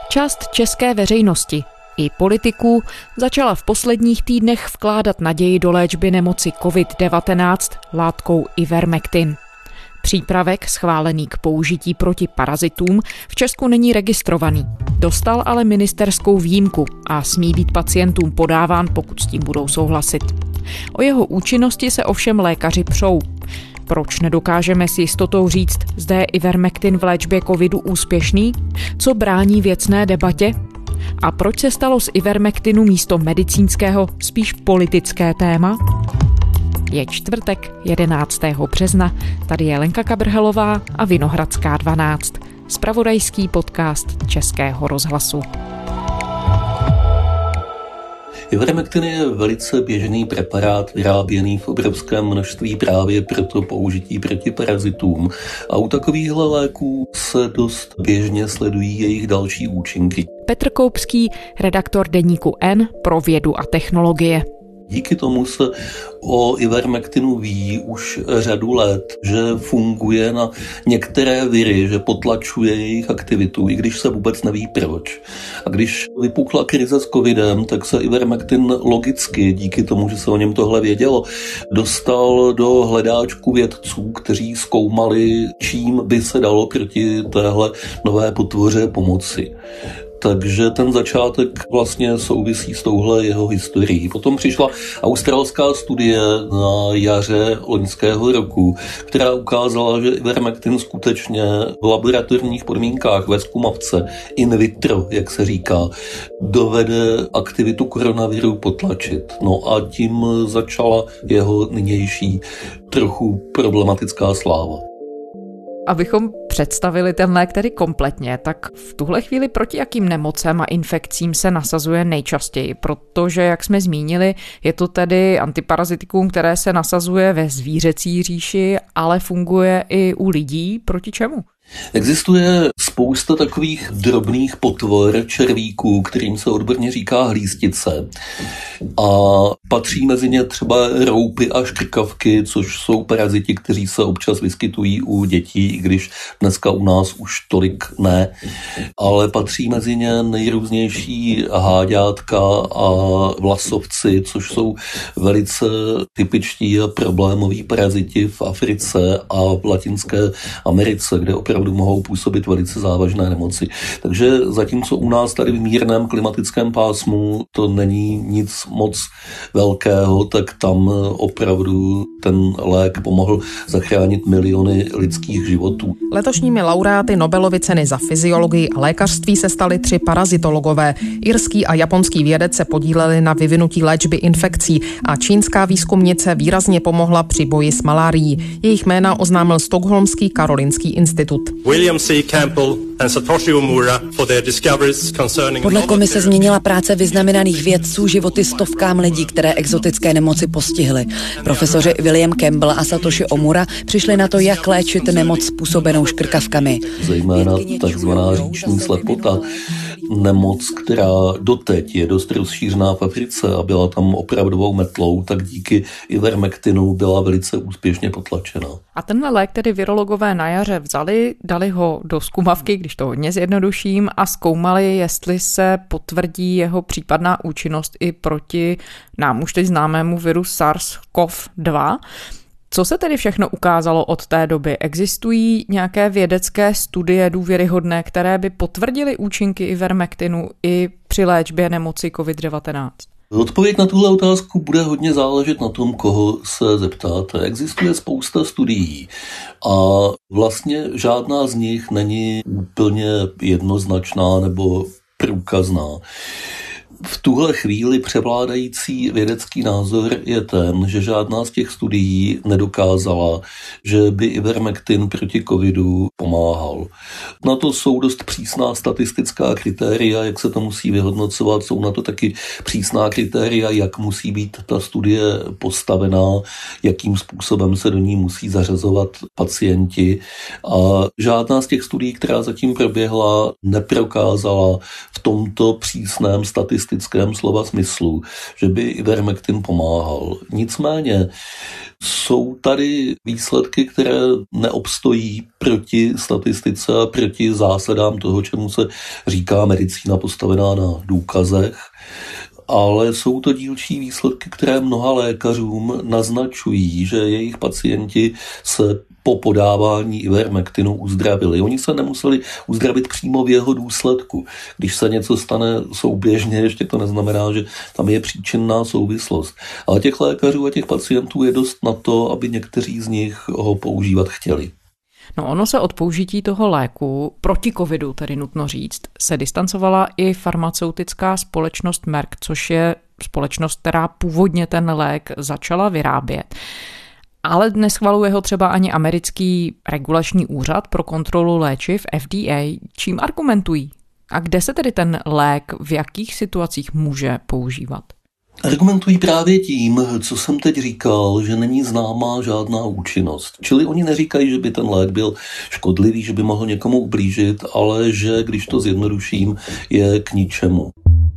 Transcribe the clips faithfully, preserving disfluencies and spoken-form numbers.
Část české veřejnosti i politiků začala v posledních týdnech vkládat naději do léčby nemoci covid devatenáct látkou Ivermectin. Přípravek schválený k použití proti parazitům v Česku není registrovaný. Dostal ale ministerskou výjimku a smí být pacientům podáván, pokud s tím budou souhlasit. O jeho účinnosti se ovšem lékaři přou. Proč nedokážeme s jistotou říct, zda je Ivermectin v léčbě covidu úspěšný? Co brání věcné debatě? A proč se stalo z Ivermectinu místo medicínského spíš politické téma? Je čtvrtek, jedenáctého března, tady je Lenka Kabrhelová a Vinohradská dvanáct, zpravodajský podcast Českého rozhlasu. Ivermectin je velice běžný preparát vyráběný v obrovském množství právě pro to použití proti parazitům a u takovýchhle léků se dost běžně sledují jejich další účinky. Petr Koupský, redaktor deníku N pro vědu a technologie. Díky tomu se o Ivermectinu ví už řadu let, že funguje na některé viry, že potlačuje jejich aktivitu, i když se vůbec neví proč. A když vypukla krize s covidem, tak se Ivermectin logicky, díky tomu, že se o něm tohle vědělo, dostal do hledáčku vědců, kteří zkoumali, čím by se dalo proti téhle nové potvoře pomoci. Takže ten začátek vlastně souvisí s touhle jeho historií. Potom přišla australská studie na jaře loňského roku, která ukázala, že Ivermectin skutečně v laboratorních podmínkách ve zkumavce in vitro, jak se říká, dovede aktivitu koronaviru potlačit. No a tím začala jeho nynější trochu problematická sláva. Abychom představili ten lék tedy kompletně, tak v tuhle chvíli proti jakým nemocem a infekcím se nasazuje nejčastěji? Protože, jak jsme zmínili, je to tedy antiparazitikum, které se nasazuje ve zvířecí říši, ale funguje i u lidí. Proti čemu? Existuje spousta takových drobných potvor červíků, kterým se odborně říká hlístice. A patří mezi ně třeba roupy a škrkavky, což jsou paraziti, kteří se občas vyskytují u dětí, i když dneska u nás už tolik ne. Ale patří mezi ně nejrůznější háďátka a vlasovci, což jsou velice typičtí a problémoví paraziti v Africe a v Latinské Americe, kde opravdu mohou působit velice závažné nemoci. Takže zatímco u nás tady v mírném klimatickém pásmu to není nic moc velkého, tak tam opravdu ten lék pomohl zachránit miliony lidských životů. Letošními laureáty Nobelovy ceny za fyziologii a lékařství se stali tři parazitologové. Irský a japonský vědec se podíleli na vyvinutí léčby infekcí a čínská výzkumnice výrazně pomohla při boji s malárií. Jejich jména oznámil Stockholmský Karolinský institut. William C. Campbell and Satoshi Omura for their discoveries concerning. Podle komise změnila práce vyznamenaných vědců životy stovkám lidí, které exotické nemoci postihly. Profesoři William Campbell a Satoshi Omura přišli na to, jak léčit nemoc způsobenou škrkavkami. Zejména takzvaná říční slepota, nemoc, která doteď je dost rozšířená v Africe a byla tam opravdovou metlou, tak díky Ivermectinu byla velice úspěšně potlačena. A tenhle lék tedy virologové na jaře vzali, dali ho do zkumavky, když to hodně zjednoduším, a zkoumali, jestli se potvrdí jeho případná účinnost i proti nám už teď známému viru SARS-C o V dva. Co se tedy všechno ukázalo od té doby? Existují nějaké vědecké studie důvěryhodné, které by potvrdily účinky Ivermectinu i při léčbě nemoci covid devatenáct? Odpověď na tuhle otázku bude hodně záležet na tom, koho se zeptáte. Existuje spousta studií a vlastně žádná z nich není úplně jednoznačná nebo průkazná. V tuhle chvíli převládající vědecký názor je ten, že žádná z těch studií nedokázala, že by Ivermectin proti covidu pomáhal. Na to jsou dost přísná statistická kritéria, jak se to musí vyhodnocovat, jsou na to taky přísná kritéria, jak musí být ta studie postavená, jakým způsobem se do ní musí zařazovat pacienti. A žádná z těch studií, která zatím proběhla, neprokázala v tomto přísném statistickém statistickém slova smyslu, že by Ivermectin pomáhal. Nicméně jsou tady výsledky, které neobstojí proti statistice a proti zásadám toho, čemu se říká medicína postavená na důkazech, ale jsou to dílčí výsledky, které mnoha lékařům naznačují, že jejich pacienti se po podávání Ivermectinu uzdravili. Oni se nemuseli uzdravit přímo v jeho důsledku. Když se něco stane souběžně, ještě to neznamená, že tam je příčinná souvislost. Ale těch lékařů a těch pacientů je dost na to, aby někteří z nich ho používat chtěli. No ono se od použití toho léku proti covidu, tedy nutno říct, se distancovala i farmaceutická společnost Merck, což je společnost, která původně ten lék začala vyrábět. Ale neschvaluje ho třeba ani americký regulační úřad pro kontrolu léčiv F D A. Čím argumentují? A kde se tedy ten lék v jakých situacích může používat? Argumentují právě tím, co jsem teď říkal, že není známá žádná účinnost. Čili oni neříkají, že by ten lék byl škodlivý, že by mohl někomu ublížit, ale že, když to zjednoduším, je k ničemu.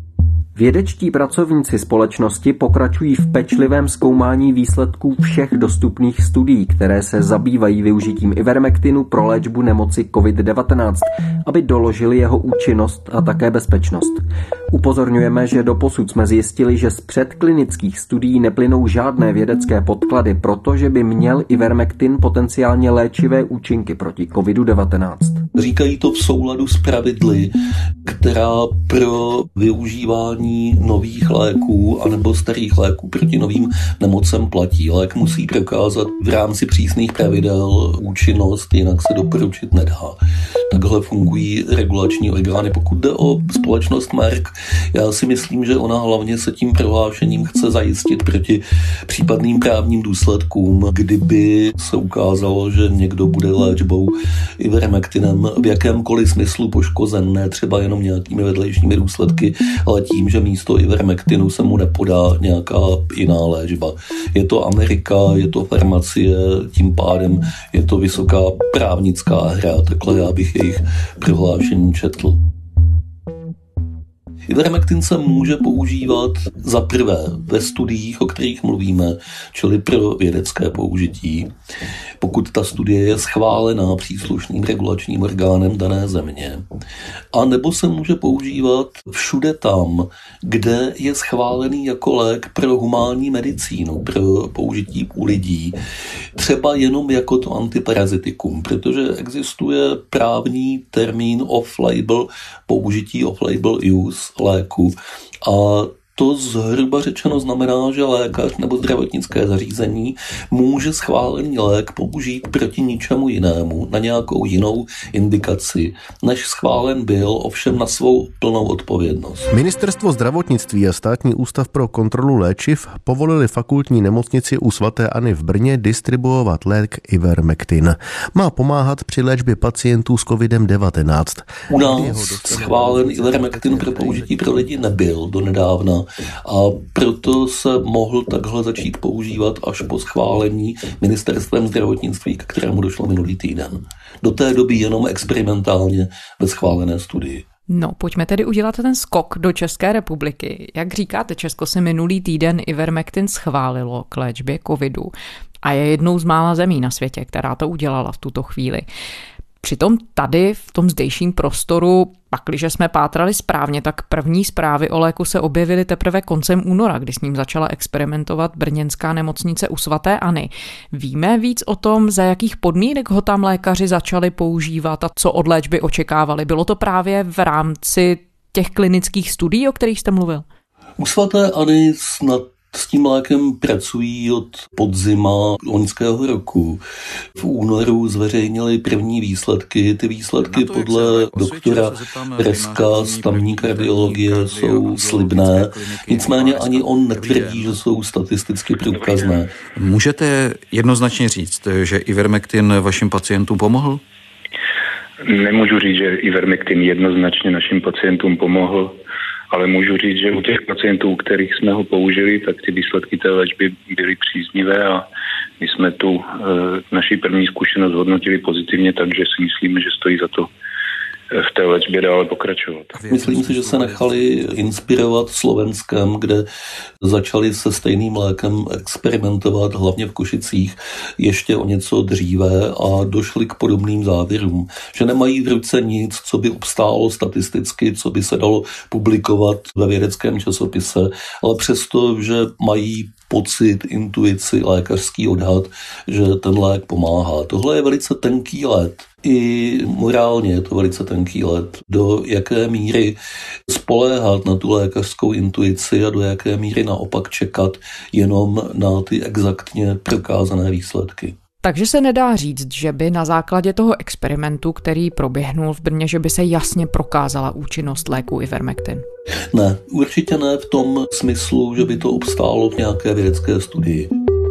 Vědečtí pracovníci společnosti pokračují v pečlivém zkoumání výsledků všech dostupných studií, které se zabývají využitím Ivermectinu pro léčbu nemoci covid devatenáct, aby doložili jeho účinnost a také bezpečnost. Upozorňujeme, že doposud jsme zjistili, že z předklinických studií neplynou žádné vědecké podklady, protože by měl Ivermectin potenciálně léčivé účinky proti covid devatenáct. Říkají to v souladu s pravidly, která pro využívání nových léků anebo starých léků proti novým nemocem platí. Lék musí prokázat v rámci přísných pravidel účinnost, jinak se doporučit nedá. Takhle fungují regulační orgány. Pokud jde o společnost Merck, já si myslím, že ona hlavně se tím prohlášením chce zajistit proti případným právním důsledkům, kdyby se ukázalo, že někdo bude léčbou Ivermectinem v jakémkoliv smyslu poškozen, ne třeba jenom nějakými vedlejšími důsledky, ale tím, že místo Ivermectinu se mu nepodá nějaká jiná léčba. Je to Amerika, je to farmacie, tím pádem je to vysoká právnická hra, takhle já bych jejich prohlášení četl. Ivermectin se může používat za prvé ve studiích, o kterých mluvíme, čili pro vědecké použití, pokud ta studie je schválená příslušným regulačním orgánem dané země. A nebo se může používat všude tam, kde je schválený jako lék pro humánní medicínu, pro použití u lidí, třeba jenom jako to antiparazitikum, protože existuje právní termín off-label použití, off-label use léku a to zhruba řečeno znamená, že lékař nebo zdravotnické zařízení může schválený lék použít proti ničemu jinému, na nějakou jinou indikaci, než schválen byl, ovšem na svou plnou odpovědnost. Ministerstvo zdravotnictví a Státní ústav pro kontrolu léčiv povolili fakultní nemocnici u svaté Anny v Brně distribuovat lék Ivermectin. Má pomáhat při léčbě pacientů s covid devatenáct. U nás schválen Ivermectin pro použití pro lidi nebyl donedávna, a proto se mohl takhle začít používat až po schválení ministerstvem zdravotnictví, k kterému došlo minulý týden. Do té doby jenom experimentálně ve schválené studii. No, pojďme tedy udělat ten skok do České republiky. Jak říkáte, Česko si minulý týden Ivermectin schválilo k léčbě covidu a je jednou z mála zemí na světě, která to udělala v tuto chvíli. Přitom tady v tom zdejším prostoru, pakliže jsme pátrali správně, tak první zprávy o léku se objevily teprve koncem února, kdy s ním začala experimentovat brněnská nemocnice u svaté Anny. Víme víc o tom, za jakých podmínek ho tam lékaři začali používat a co od léčby očekávali? Bylo to právě v rámci těch klinických studií, o kterých jste mluvil? U svaté Anny snad s tím lékem pracují od podzima loňského roku. V únoru zveřejnili první výsledky. Ty výsledky podle doktora Reska z tamní kardiologie jsou slibné. Nicméně ani on netvrdí, že jsou statisticky průkazné. Můžete jednoznačně říct, že Ivermectin vašim pacientům pomohl? Nemůžu říct, že Ivermectin jednoznačně našim pacientům pomohl, ale můžu říct, že u těch pacientů, u kterých jsme ho použili, tak ty výsledky té léčby byly příznivé a my jsme tu e, naši první zkušenost hodnotili pozitivně, takže si myslíme, že stojí za to v té léčbě dále pokračovat. Myslím si, že se nechali inspirovat Slovenskem, kde začali se stejným lékem experimentovat, hlavně v Košicích, ještě o něco dříve a došli k podobným závěrům, že nemají v ruce nic, co by obstálo statisticky, co by se dalo publikovat ve vědeckém časopise, ale přesto, že mají pocit, intuici, lékařský odhad, že ten lék pomáhá. Tohle je velice tenký led. I morálně je to velice tenký led. Do jaké míry spoléhat na tu lékařskou intuici a do jaké míry naopak čekat jenom na ty exaktně prokázané výsledky. Takže se nedá říct, že by na základě toho experimentu, který proběhnul v Brně, že by se jasně prokázala účinnost léku Ivermectin. Ne, určitě ne v tom smyslu, že by to obstálo v nějaké vědecké studii.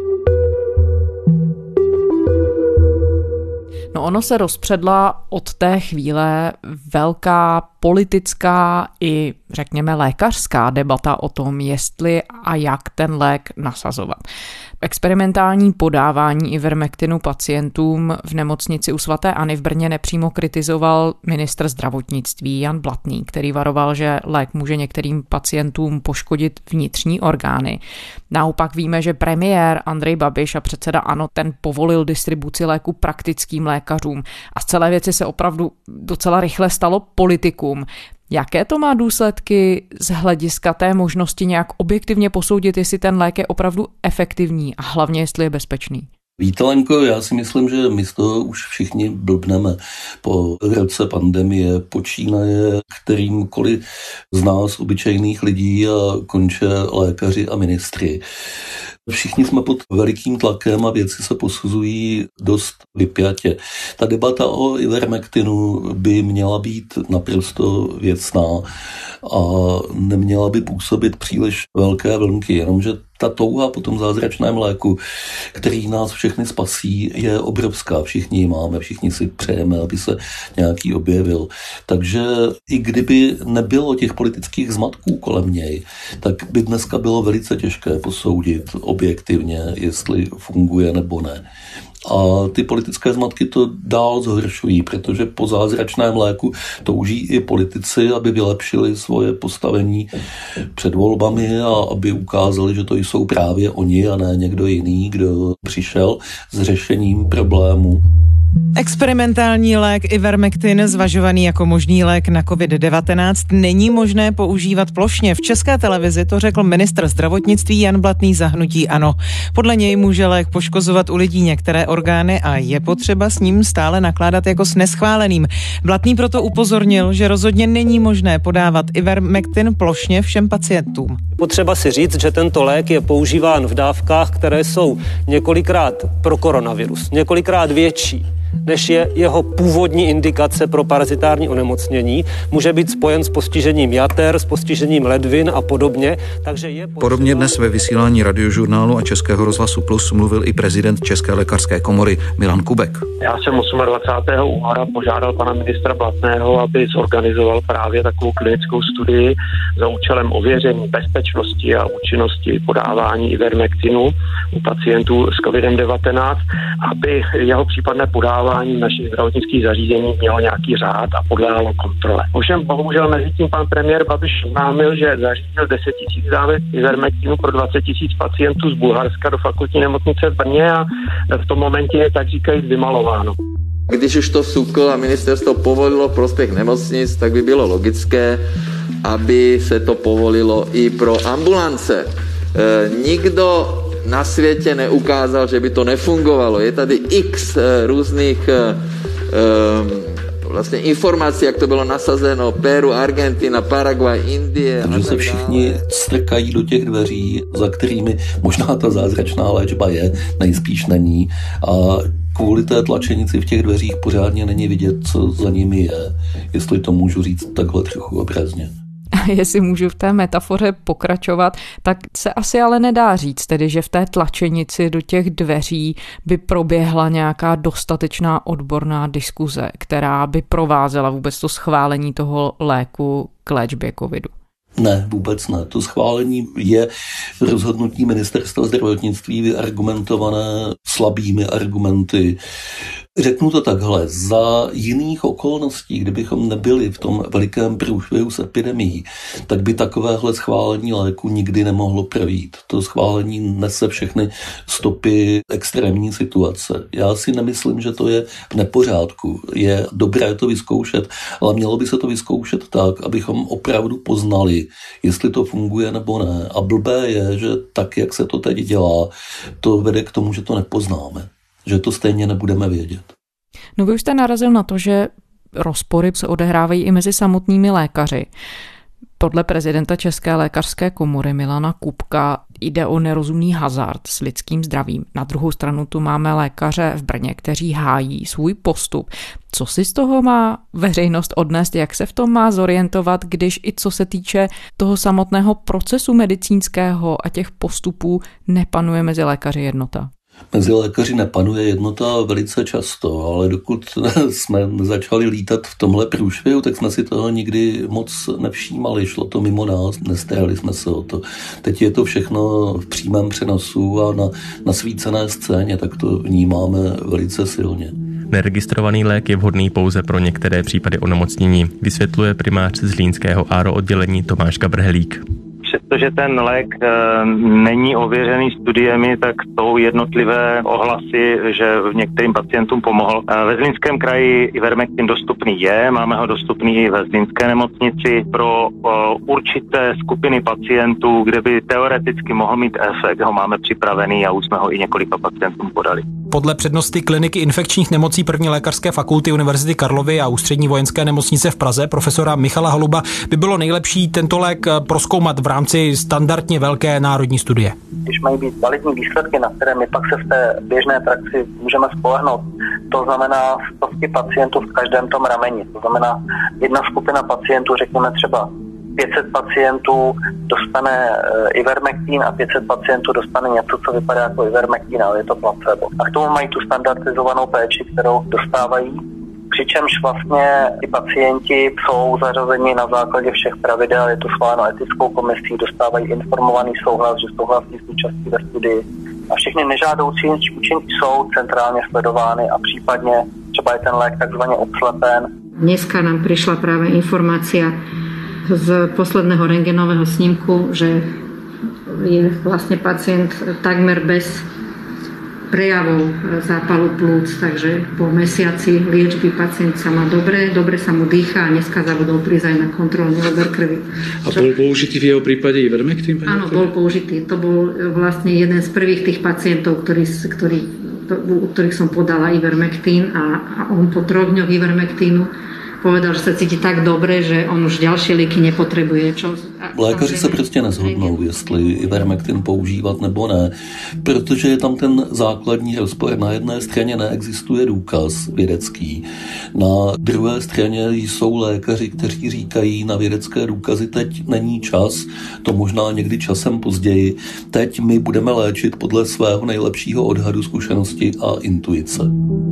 No ono se rozpředla od té chvíle velká politická i, řekněme, lékařská debata o tom, jestli a jak ten lék nasazovat. Experimentální podávání Ivermectinu pacientům v nemocnici u svaté Anny v Brně nepřímo kritizoval ministr zdravotnictví Jan Blatný, který varoval, že lék může některým pacientům poškodit vnitřní orgány. Naopak víme, že premiér Andrej Babiš a předseda ANO ten povolil distribuci léku praktickým lékařům a z celé věci se opravdu docela rychle stalo politikům. Jaké to má důsledky z hlediska té možnosti nějak objektivně posoudit, jestli ten lék je opravdu efektivní a hlavně jestli je bezpečný? Víte, Lenko, já si myslím, že my z toho už všichni blbneme po roce pandemie, počínaje kterýmkoliv z nás, obyčejných lidí, a konče lékaři a ministry. Všichni jsme pod velikým tlakem a věci se posuzují dost vypjatě. Ta debata o Ivermectinu by měla být naprosto věcná a neměla by působit příliš velké vlnky, jenomže ta touha po tom zázračném léku, který nás všechny spasí, je obrovská. Všichni ji máme, všichni si přejeme, aby se nějaký objevil. Takže i kdyby nebylo těch politických zmatků kolem něj, tak by dneska bylo velice těžké posoudit objektivně, jestli funguje nebo ne. A ty politické zmatky to dál zhoršují, protože po zázračném léku touží i politici, aby vylepšili svoje postavení před volbami a aby ukázali, že to jsou právě oni a ne někdo jiný, kdo přišel s řešením problému. Experimentální lék Ivermectin, zvažovaný jako možný lék na covid devatenáct, není možné používat plošně. V České televizi to řekl ministr zdravotnictví Jan Blatný za hnutí ANO. Podle něj může lék poškozovat u lidí některé orgány a je potřeba s ním stále nakládat jako s neschváleným. Blatný proto upozornil, že rozhodně není možné podávat Ivermectin plošně všem pacientům. Potřeba si říct, že tento lék je používán v dávkách, které jsou několikrát pro koronavirus, několikrát větší, než je jeho původní indikace pro parazitární onemocnění. Může být spojen s postižením jater, s postižením ledvin a podobně. Takže je potřeba... Podobně dnes ve vysílání Radiožurnálu a Českého rozhlasu Plus mluvil i prezident České lékařské komory Milan Kubek. Já jsem dvacátého osmého února požádal pana ministra Blatného, aby zorganizoval právě takovou klinickou studii za účelem ověření bezpečnosti a účinnosti podávání Ivermectinu u pacientů s covid devatenáct, aby jeho případné podávání v našich zdravotnických zařízení mělo nějaký řád a podléhalo kontrole. Ovšem bohužel mezi tím pan premiér Babiš oznámil, že zařídil deset tisíc dávek Ivermectinu pro dvacet tisíc pacientů z Bulharska do fakultní nemocnice v Brně a v tom momentě je tak říkajíc vymalováno. Když už to vsukl a ministerstvo povolilo v prospěch nemocnic, tak by bylo logické, aby se to povolilo i pro ambulance. E, nikdo na světě neukázal, že by to nefungovalo. Je tady x různých e, vlastně informací, jak to bylo nasazeno, Peru, Argentina, Paraguay, Indie. Takže se všichni strkají do těch dveří, za kterými možná ta zázračná léčba je, nejspíš není. A kvůli té tlačenici v těch dveřích pořádně není vidět, co za nimi je, jestli to můžu říct takhle trochu obrazně. Jestli můžu v té metafoře pokračovat, tak se asi ale nedá říct, tedy že v té tlačenici do těch dveří by proběhla nějaká dostatečná odborná diskuze, která by provázela vůbec to schválení toho léku k léčbě covidu. Ne, vůbec ne. To schválení je rozhodnutí ministerstva zdravotnictví vyargumentované slabými argumenty, Řeknu to takhle, za jiných okolností, kdybychom nebyli v tom velikém průšvihu s epidemií, tak by takovéhle schválení léku nikdy nemohlo projít. To schválení nese všechny stopy extrémní situace. Já si nemyslím, že to je v nepořádku. Je dobré to vyzkoušet, ale mělo by se to vyzkoušet tak, abychom opravdu poznali, jestli to funguje nebo ne. A blbé je, že tak, jak se to teď dělá, to vede k tomu, že to nepoznáme. Že to stejně nebudeme vědět. No vy už jste narazil na to, že rozpory se odehrávají i mezi samotnými lékaři. Podle prezidenta České lékařské komory Milana Kupka jde o nerozumný hazard s lidským zdravím. Na druhou stranu tu máme lékaře v Brně, kteří hájí svůj postup. Co si z toho má veřejnost odnést, jak se v tom má zorientovat, když i co se týče toho samotného procesu medicínského a těch postupů nepanuje mezi lékaři jednota? Mezi lékaři nepanuje jednota velice často, ale dokud jsme začali lítat v tomhle průšvihu, tak jsme si toho nikdy moc nevšímali. Šlo to mimo nás, nestarali jsme se o to. Teď je to všechno v přímém přenosu a na nasvícené scéně, tak to vnímáme velice silně. Neregistrovaný lék je vhodný pouze pro některé případy onemocnění, vysvětluje primář zlínského á er o oddělení Tomáš Gabrhelík. Přestože ten lék e, není ověřený studiemi, tak jsou jednotlivé ohlasy, že v některým pacientům pomohl. E, ve Zlínském kraji Ivermectin dostupný je, máme ho dostupný i ve Zlínské nemocnici pro e, určité skupiny pacientů, kde by teoreticky mohl mít efekt. Ho máme připravený a už jsme ho i několika pacientům podali. Podle přednosty kliniky infekčních nemocí první lékařské fakulty Univerzity Karlovy a Ústřední vojenské nemocnice v Praze profesora Michala Holuba by bylo nejlepší tento lék prozkoumat v rámci standardně velké národní studie. Když mají být validní výsledky, na které my pak se v té běžné praxi můžeme spolehnout, to znamená stovky pacientů v každém tom rameni. To znamená jedna skupina pacientů, řekněme třeba pět set pacientů dostane Ivermectin a pět set pacientů dostane něco, co vypadá jako Ivermectin, ale je to placebo. A k tomu mají tu standardizovanou péči, kterou dostávají. Přičemž vlastně ty pacienti jsou zařazeni na základě všech pravidel, je to schváleno etickou komisí, dostávají informovaný souhlas, že souhlasí s účastí ve studii. A všechny nežádoucí účinky jsou centrálně sledovány a případně třeba je ten lék takzvaně odslepen. Dneska nám přišla právě informace z posledného rentgenového snímku, že je vlastně pacient takmer bez prejavov zápalu plúc, takže po mesiaci liečby pacient sa má dobre, dobre sa mu dýcha a dneska zabudol prísť aj na kontrolný odber krvi. A bol použitý v jeho prípade Ivermectin? Áno, bol použitý. To bol vlastne jeden z prvých tých pacientov, ktorý, ktorý, u ktorých som podala Ivermectin a, a on po troch dňoch Ivermectinu povedal, že se cítí tak dobře, že on už další léky nepotřebuje. Čo... Lékaři se prostě nezhodnou, jestli Ivermectin používat nebo ne, protože je tam ten základní rozpor. Na jedné straně neexistuje důkaz vědecký, na druhé straně jsou lékaři, kteří říkají, na vědecké důkazy teď není čas, to možná někdy časem později. Teď my budeme léčit podle svého nejlepšího odhadu, zkušenosti a intuice.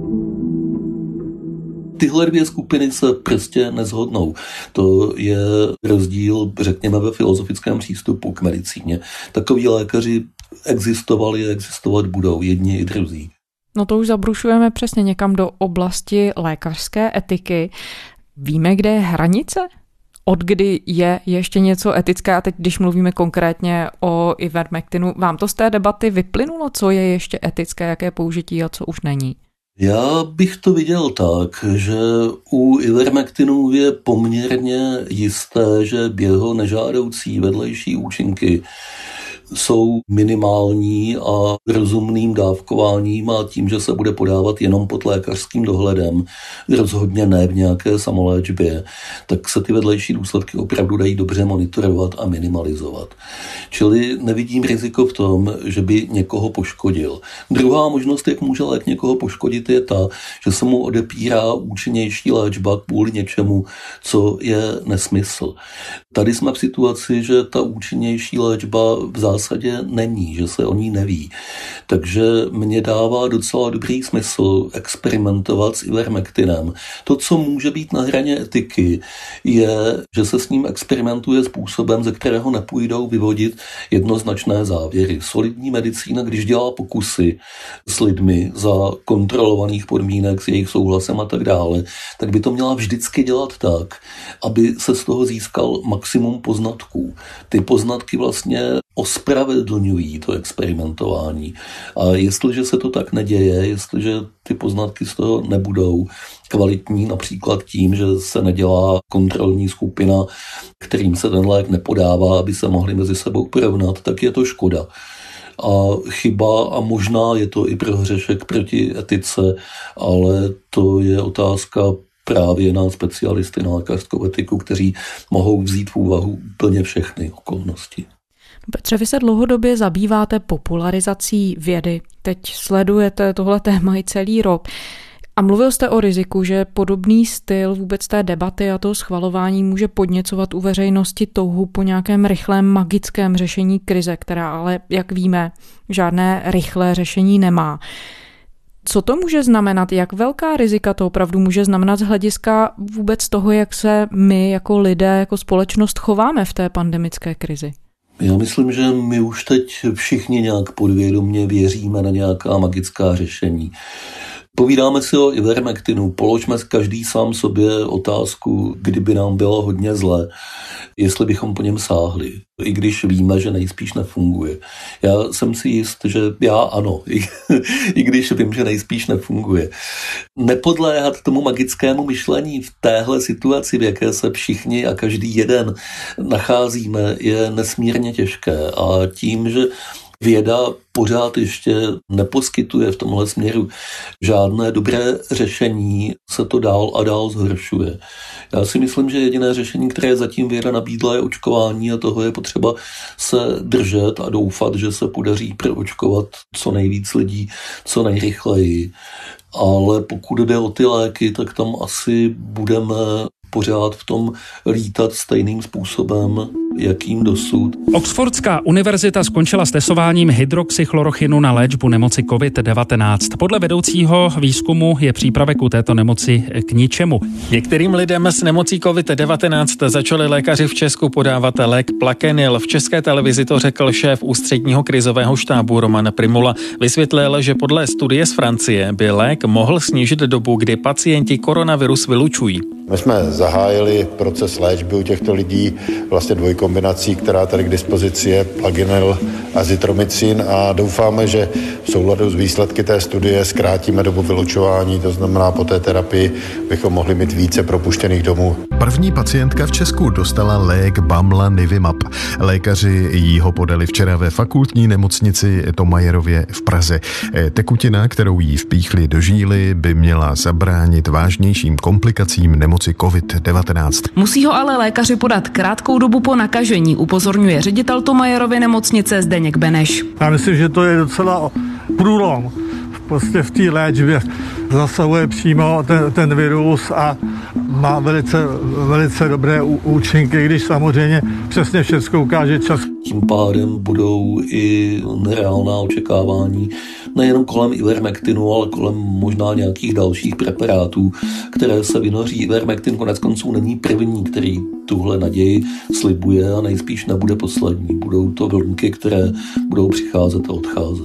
Tyhle dvě skupiny se prostě nezhodnou. To je rozdíl, řekněme, ve filozofickém přístupu k medicíně. Takoví lékaři existovali a existovat budou, jedni i druzí. No to už zabrušujeme přesně někam do oblasti lékařské etiky. Víme, kde je hranice? Od kdy je ještě něco etické? A teď, když mluvíme konkrétně o Ivermectinu, vám to z té debaty vyplynulo, co je ještě etické, jaké použití a co už není? Já bych to viděl tak, že u Ivermectinu je poměrně jisté, že jeho nežádoucí vedlejší účinky jsou minimální a rozumným dávkováním a tím, že se bude podávat jenom pod lékařským dohledem, rozhodně ne v nějaké samoléčbě, tak se ty vedlejší důsledky opravdu dají dobře monitorovat a minimalizovat. Čili nevidím riziko v tom, že by někoho poškodil. Druhá možnost, jak může lék někoho poškodit, je ta, že se mu odepírá účinnější léčba kvůli něčemu, co je nesmysl. Tady jsme v situaci, že ta účinnější léčba v zásadě zásadě není, že se o ní neví. Takže mě dává docela dobrý smysl experimentovat s Ivermektinem. To, co může být na hraně etiky, je, že se s ním experimentuje způsobem, ze kterého nepůjdou vyvodit jednoznačné závěry. Solidní medicína, když dělá pokusy s lidmi za kontrolovaných podmínek, s jejich souhlasem a tak dále, tak by to měla vždycky dělat tak, aby se z toho získal maximum poznatků. Ty poznatky vlastně ospravedlňují to experimentování. A jestliže se to tak neděje, jestliže ty poznatky z toho nebudou kvalitní, například tím, že se nedělá kontrolní skupina, kterým se ten lék nepodává, aby se mohli mezi sebou porovnat, tak je to škoda. A chyba, a možná je to i prohřešek proti etice, ale to je otázka právě na specialisty na lékařskou etiku, kteří mohou vzít v úvahu úplně všechny okolnosti. Petře, vy se dlouhodobě zabýváte popularizací vědy. Teď sledujete tohle téma i celý rok. A mluvil jste o riziku, že podobný styl vůbec té debaty a toho schvalování může podněcovat u veřejnosti touhu po nějakém rychlém magickém řešení krize, která ale, jak víme, žádné rychlé řešení nemá. Co to může znamenat? Jak velká rizika to opravdu může znamenat z hlediska vůbec toho, jak se my jako lidé, jako společnost chováme v té pandemické krizi? Já myslím, že my už teď všichni nějak podvědomě věříme na nějaká magická řešení. Povídáme si o Ivermektinu, položme každý sám sobě otázku, kdyby nám bylo hodně zle, jestli bychom po něm sáhli, i když víme, že nejspíš nefunguje. Já jsem si jist, že já ano, i, i když vím, že nejspíš nefunguje. Nepodléhat tomu magickému myšlení v téhle situaci, v jaké se všichni a každý jeden nacházíme, je nesmírně těžké. A tím, že věda pořád ještě neposkytuje v tomhle směru žádné dobré řešení, se to dál a dál zhoršuje. Já si myslím, že jediné řešení, které zatím věda nabídla, je očkování a toho je potřeba se držet a doufat, že se podaří proočkovat co nejvíc lidí, co nejrychleji. Ale pokud jde o ty léky, tak tam asi budeme pořád v tom lítat stejným způsobem, jakým dosud. Oxfordská univerzita skončila s testováním hydroxychlorochinu na léčbu nemoci covid devatenáct. Podle vedoucího výzkumu je přípravek u této nemoci k ničemu. Některým lidem s nemocí covid devatenáct začali lékaři v Česku podávat lék Plaquenil. V České televizi to řekl šéf ústředního krizového štábu Roman Primula. Vysvětlil, že podle studie z Francie by lék mohl snížit dobu, kdy pacienti koronavirus vylučují. My jsme zahájili proces léčby u těchto lidí vlastně dvojkombinací, která tady k dispozici je Plaquenil a Azithromycin a doufáme, že v souladu s výsledky té studie zkrátíme dobu vylučování, to znamená po té terapii bychom mohli mít více propuštěných domů. První pacientka v Česku dostala lék Bamlanivimab. Lékaři jí ho podali včera ve fakultní nemocnici Thomayerově v Praze. Tekutina, kterou jí vpíchli do žíly, by měla zabránit vážnějším komplikacím nemoci covid devatenáct. Musí ho ale lékaři podat krátkou dobu po nakažení, upozorňuje ředitel Thomayerovy nemocnice Zdeněk Beneš. Já myslím, že to je docela průlom. Prostě v té léčbě zasahuje přímo ten, ten virus a má velice, velice dobré účinky, když samozřejmě přesně všechno ukáže čas. Tím pádem budou i nereálná očekávání nejenom kolem Ivermektinu, ale kolem možná nějakých dalších preparátů, které se vynoří. Ivermektin konec konců není první, který tuhle naději slibuje a nejspíš nebude poslední. Budou to vlnky, které budou přicházet a odcházet.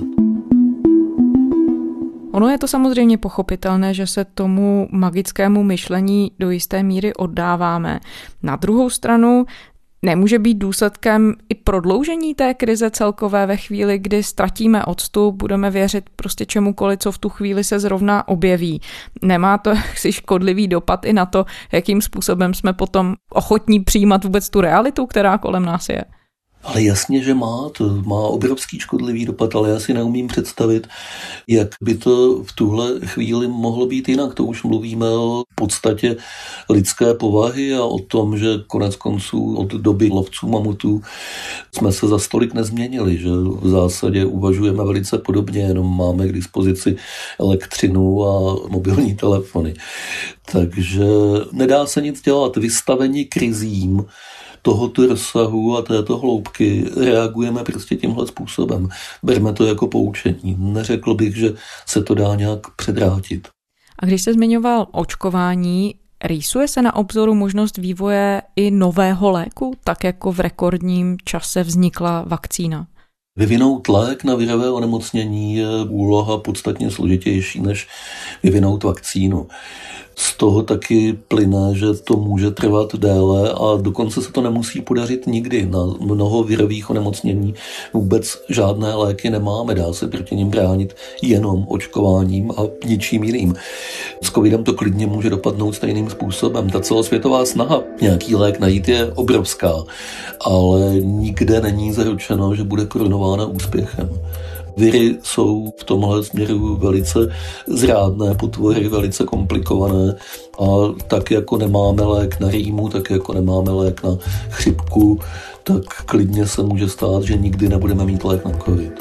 Ono je to samozřejmě pochopitelné, že se tomu magickému myšlení do jisté míry oddáváme. Na druhou stranu nemůže být důsledkem i prodloužení té krize celkové ve chvíli, kdy ztratíme odstup, budeme věřit prostě čemukoliv, co v tu chvíli se zrovna objeví. Nemá to jaksi škodlivý dopad i na to, jakým způsobem jsme potom ochotní přijímat vůbec tu realitu, která kolem nás je? Ale jasně, že má, to má obrovský škodlivý dopad, ale já si neumím představit, jak by to v tuhle chvíli mohlo být jinak. To už mluvíme o podstatě lidské povahy a o tom, že konec konců od doby lovců mamutů jsme se za stolik nezměnili, že v zásadě uvažujeme velice podobně, jenom máme k dispozici elektřinu a mobilní telefony. Takže nedá se nic dělat. Vystavení krizím tohoto rozsahu a této hloubky reagujeme prostě tímhle způsobem. Berme to jako poučení. Neřekl bych, že se to dá nějak předrátit. A když se zmiňoval očkování, rýsuje se na obzoru možnost vývoje i nového léku, tak jako v rekordním čase vznikla vakcína? Vyvinout lék na virové onemocnění je úloha podstatně složitější, než vyvinout vakcínu. Z toho taky plyne, že to může trvat déle a dokonce se to nemusí podařit nikdy. Na mnoho virových onemocnění vůbec žádné léky nemáme, dá se proti nim bránit jenom očkováním a ničím jiným. S covidem to klidně může dopadnout stejným způsobem. Ta celosvětová snaha nějaký lék najít je obrovská, ale nikde není zaručeno, že bude korunována úspěchem. Viry jsou v tomhle směru velice zrádné potvory, velice komplikované a tak jako nemáme lék na rýmu, tak jako nemáme lék na chřipku, tak klidně se může stát, že nikdy nebudeme mít lék na covid.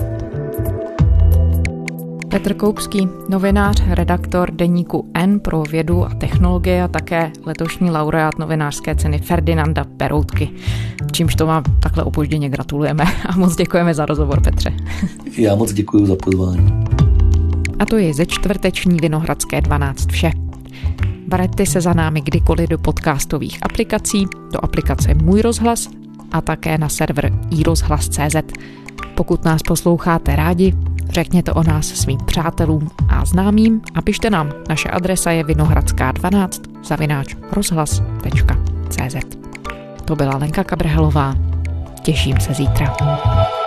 Petr Koupský, novinář, redaktor deníku N pro vědu a technologie a také letošní laureát novinářské ceny Ferdinanda Peroutky. Čímž to vám takhle opožděně gratulujeme a moc děkujeme za rozhovor, Petře. Já moc děkuji za pozvání. A to je ze čtvrteční Vinohradské dvanáct vše. Vraťte se za námi kdykoliv do podcastových aplikací, do aplikace Můj rozhlas a také na server i rozhlas tečka cé zet. Pokud nás posloucháte rádi, řekněte o nás svým přátelům a známým a pište nám. Naše adresa je vinohradská dvanáct zavináč rozhlas tečka cé zet. To byla Lenka Kabrhelová. Těším se zítra.